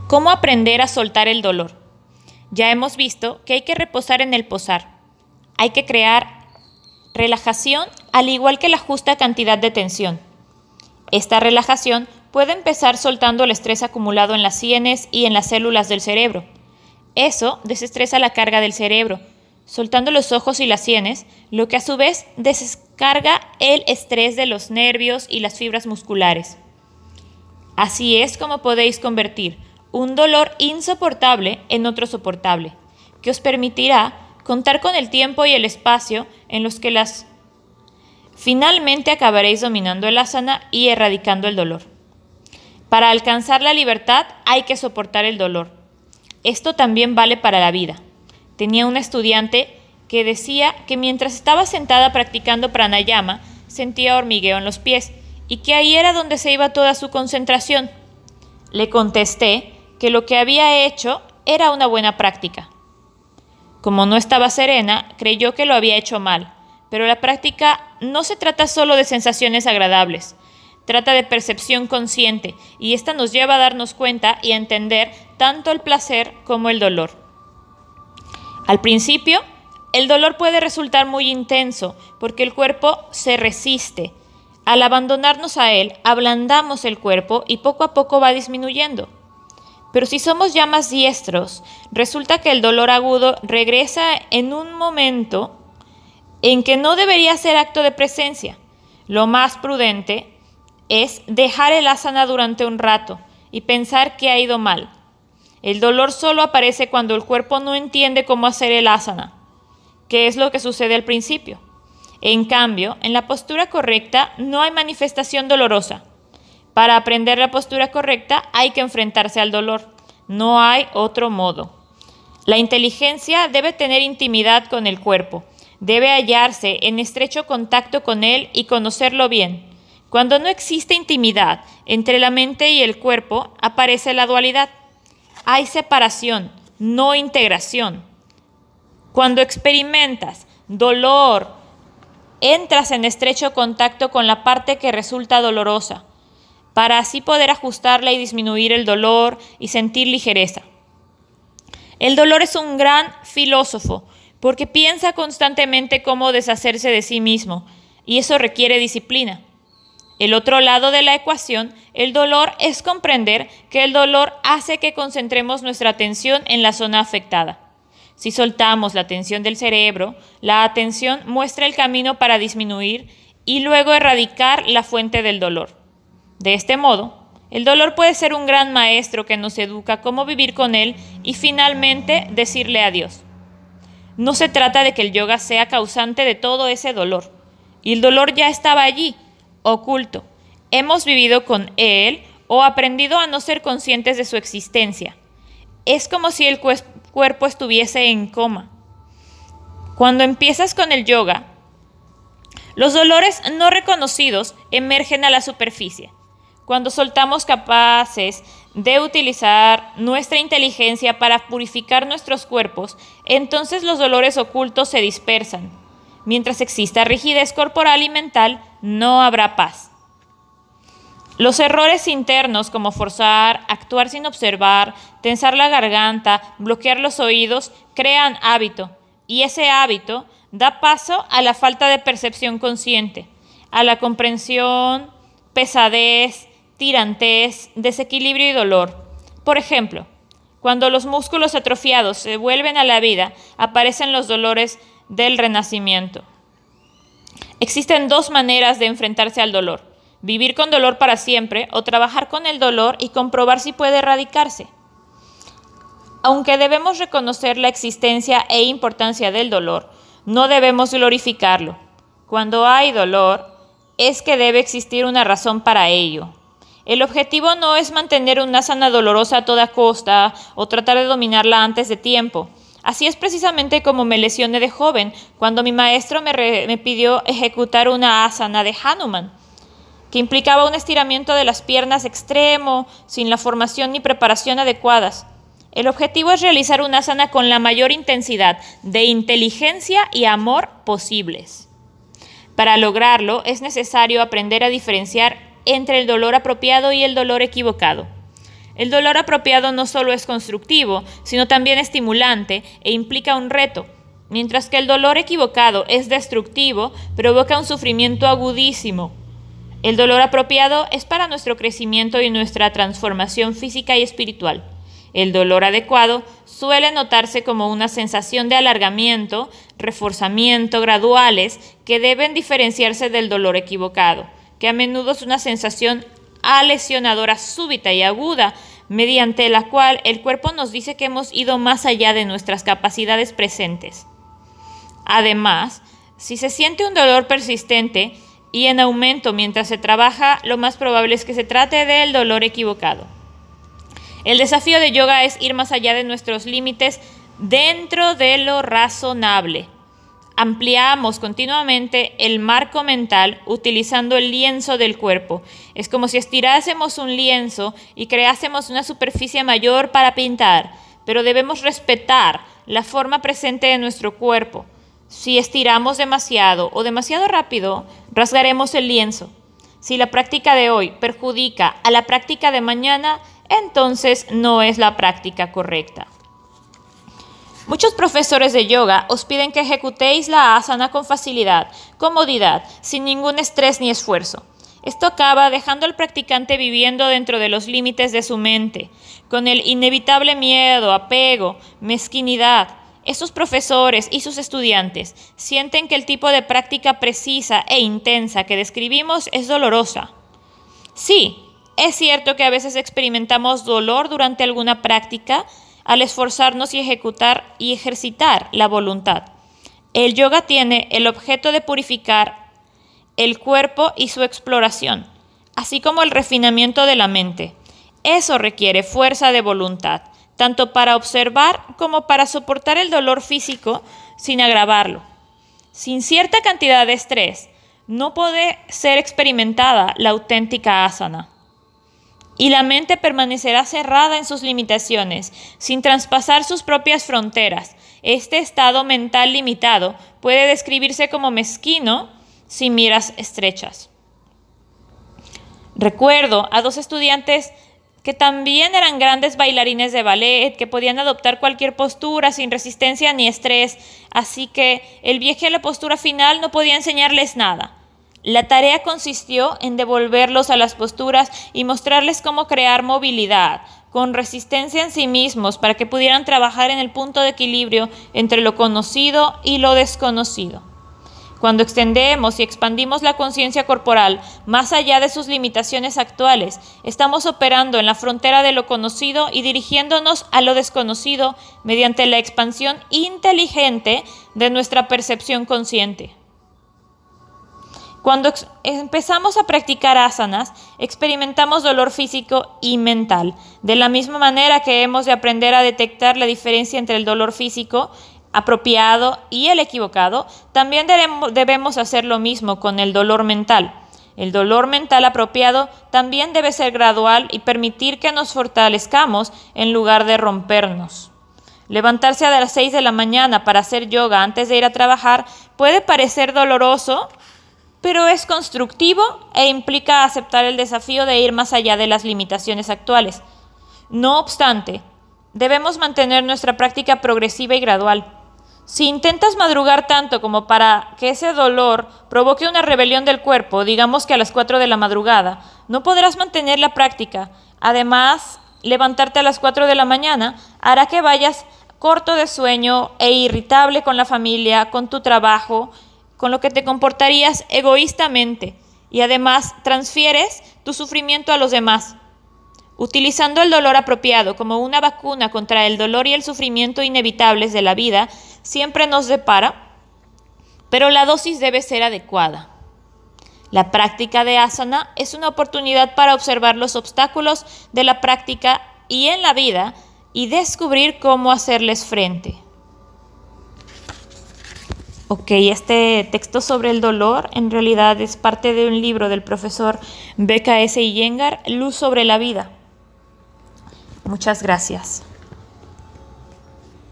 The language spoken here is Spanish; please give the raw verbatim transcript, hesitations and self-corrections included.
¿Cómo aprender a soltar el dolor? Ya hemos visto que hay que reposar en el posar. Hay que crear relajación al igual que la justa cantidad de tensión. Esta relajación puede empezar soltando el estrés acumulado en las sienes y en las células del cerebro. Eso desestresa la carga del cerebro, soltando los ojos y las sienes, lo que a su vez descarga el estrés de los nervios y las fibras musculares. Así es como podéis convertir un dolor insoportable en otro soportable, que os permitirá contar con el tiempo y el espacio en los que las finalmente acabaréis dominando el asana y erradicando el dolor. Para alcanzar la libertad hay que soportar el dolor. Esto también vale para la vida. Tenía una estudiante que decía que mientras estaba sentada practicando pranayama, sentía hormigueo en los pies y que ahí era donde se iba toda su concentración. Le contesté que lo que había hecho era una buena práctica. Como no estaba serena, creyó que lo había hecho mal, pero la práctica no se trata solo de sensaciones agradables, trata de percepción consciente y esta nos lleva a darnos cuenta y a entender tanto el placer como el dolor. Al principio, el dolor puede resultar muy intenso porque el cuerpo se resiste. Al abandonarnos a él, ablandamos el cuerpo y poco a poco va disminuyendo. Pero si somos ya más diestros, resulta que el dolor agudo regresa en un momento en que no debería ser acto de presencia. Lo más prudente es dejar el asana durante un rato y pensar que ha ido mal. El dolor solo aparece cuando el cuerpo no entiende cómo hacer el asana, que es lo que sucede al principio. En cambio, en la postura correcta no hay manifestación dolorosa. Para aprender la postura correcta hay que enfrentarse al dolor. No hay otro modo. La inteligencia debe tener intimidad con el cuerpo. Debe hallarse en estrecho contacto con él y conocerlo bien. Cuando no existe intimidad entre la mente y el cuerpo, aparece la dualidad. Hay separación, no integración. Cuando experimentas dolor, entras en estrecho contacto con la parte que resulta dolorosa, para así poder ajustarla y disminuir el dolor y sentir ligereza. El dolor es un gran filósofo, porque piensa constantemente cómo deshacerse de sí mismo, y eso requiere disciplina. El otro lado de la ecuación, el dolor, es comprender que el dolor hace que concentremos nuestra atención en la zona afectada. Si soltamos la tensión del cerebro, la atención muestra el camino para disminuir y luego erradicar la fuente del dolor. De este modo, el dolor puede ser un gran maestro que nos educa cómo vivir con él y finalmente decirle adiós. No se trata de que el yoga sea causante de todo ese dolor. Y el dolor ya estaba allí, oculto. Hemos vivido con él o aprendido a no ser conscientes de su existencia. Es como si el cuerpo estuviese en coma. Cuando empiezas con el yoga, los dolores no reconocidos emergen a la superficie. Cuando soltamos capaces de utilizar nuestra inteligencia para purificar nuestros cuerpos, entonces los dolores ocultos se dispersan. Mientras exista rigidez corporal y mental, no habrá paz. Los errores internos como forzar, actuar sin observar, tensar la garganta, bloquear los oídos, crean hábito. Y ese hábito da paso a la falta de percepción consciente, a la comprensión, pesadez, tirantez, desequilibrio y dolor. Por ejemplo, cuando los músculos atrofiados se vuelven a la vida, aparecen los dolores del renacimiento. Existen dos maneras de enfrentarse al dolor: vivir con dolor para siempre o trabajar con el dolor y comprobar si puede erradicarse. Aunque debemos reconocer la existencia e importancia del dolor, no debemos glorificarlo. Cuando hay dolor, es que debe existir una razón para ello. El objetivo no es mantener una asana dolorosa a toda costa o tratar de dominarla antes de tiempo. Así es precisamente como me lesioné de joven, cuando mi maestro me, re- me pidió ejecutar una asana de Hanuman, que implicaba un estiramiento de las piernas extremo, sin la formación ni preparación adecuadas. El objetivo es realizar una asana con la mayor intensidad de inteligencia y amor posibles. Para lograrlo, es necesario aprender a diferenciar entre el dolor apropiado y el dolor equivocado. El dolor apropiado no solo es constructivo, sino también estimulante e implica un reto, mientras que el dolor equivocado es destructivo, provoca un sufrimiento agudísimo. El dolor apropiado es para nuestro crecimiento y nuestra transformación física y espiritual. El dolor adecuado suele notarse como una sensación de alargamiento, reforzamiento graduales que deben diferenciarse del dolor equivocado, que a menudo es una sensación lesionadora súbita y aguda, mediante la cual el cuerpo nos dice que hemos ido más allá de nuestras capacidades presentes. Además, si se siente un dolor persistente y en aumento mientras se trabaja, lo más probable es que se trate del dolor equivocado. El desafío de yoga es ir más allá de nuestros límites dentro de lo razonable. Ampliamos continuamente el marco mental utilizando el lienzo del cuerpo. Es como si estirásemos un lienzo y creásemos una superficie mayor para pintar, pero debemos respetar la forma presente de nuestro cuerpo. Si estiramos demasiado o demasiado rápido, rasgaremos el lienzo. Si la práctica de hoy perjudica a la práctica de mañana, entonces no es la práctica correcta. Muchos profesores de yoga os piden que ejecutéis la asana con facilidad, comodidad, sin ningún estrés ni esfuerzo. Esto acaba dejando al practicante viviendo dentro de los límites de su mente, con el inevitable miedo, apego, mezquinidad. Estos profesores y sus estudiantes sienten que el tipo de práctica precisa e intensa que describimos es dolorosa. Sí, es cierto que a veces experimentamos dolor durante alguna práctica, al esforzarnos y ejecutar y ejercitar la voluntad. El yoga tiene el objeto de purificar el cuerpo y su exploración, así como el refinamiento de la mente. Eso requiere fuerza de voluntad, tanto para observar como para soportar el dolor físico sin agravarlo. Sin cierta cantidad de estrés, no puede ser experimentada la auténtica asana. Y la mente permanecerá cerrada en sus limitaciones, sin traspasar sus propias fronteras. Este estado mental limitado puede describirse como mezquino sin miras estrechas. Recuerdo a dos estudiantes que también eran grandes bailarines de ballet, que podían adoptar cualquier postura sin resistencia ni estrés, así que el viaje a la postura final no podía enseñarles nada. La tarea consistió en devolverlos a las posturas y mostrarles cómo crear movilidad, con resistencia en sí mismos, para que pudieran trabajar en el punto de equilibrio entre lo conocido y lo desconocido. Cuando extendemos y expandimos la conciencia corporal más allá de sus limitaciones actuales, estamos operando en la frontera de lo conocido y dirigiéndonos a lo desconocido mediante la expansión inteligente de nuestra percepción consciente. Cuando ex- empezamos a practicar asanas, experimentamos dolor físico y mental. De la misma manera que hemos de aprender a detectar la diferencia entre el dolor físico apropiado y el equivocado, también debemos, debemos hacer lo mismo con el dolor mental. El dolor mental apropiado también debe ser gradual y permitir que nos fortalezcamos en lugar de rompernos. Levantarse a las seis de la mañana para hacer yoga antes de ir a trabajar puede parecer doloroso, pero es constructivo e implica aceptar el desafío de ir más allá de las limitaciones actuales. No obstante, debemos mantener nuestra práctica progresiva y gradual. Si intentas madrugar tanto como para que ese dolor provoque una rebelión del cuerpo, digamos que a las cuatro de la madrugada, no podrás mantener la práctica. Además, levantarte a las cuatro de la mañana hará que vayas corto de sueño e irritable con la familia, con tu trabajo, con lo que te comportarías egoístamente, y además transfieres tu sufrimiento a los demás. Utilizando el dolor apropiado como una vacuna contra el dolor y el sufrimiento inevitables de la vida, siempre nos depara, pero la dosis debe ser adecuada. La práctica de asana es una oportunidad para observar los obstáculos de la práctica y en la vida y descubrir cómo hacerles frente. Ok, este texto sobre el dolor en realidad es parte de un libro del profesor B K S Iyengar, Luz sobre la vida. Muchas gracias.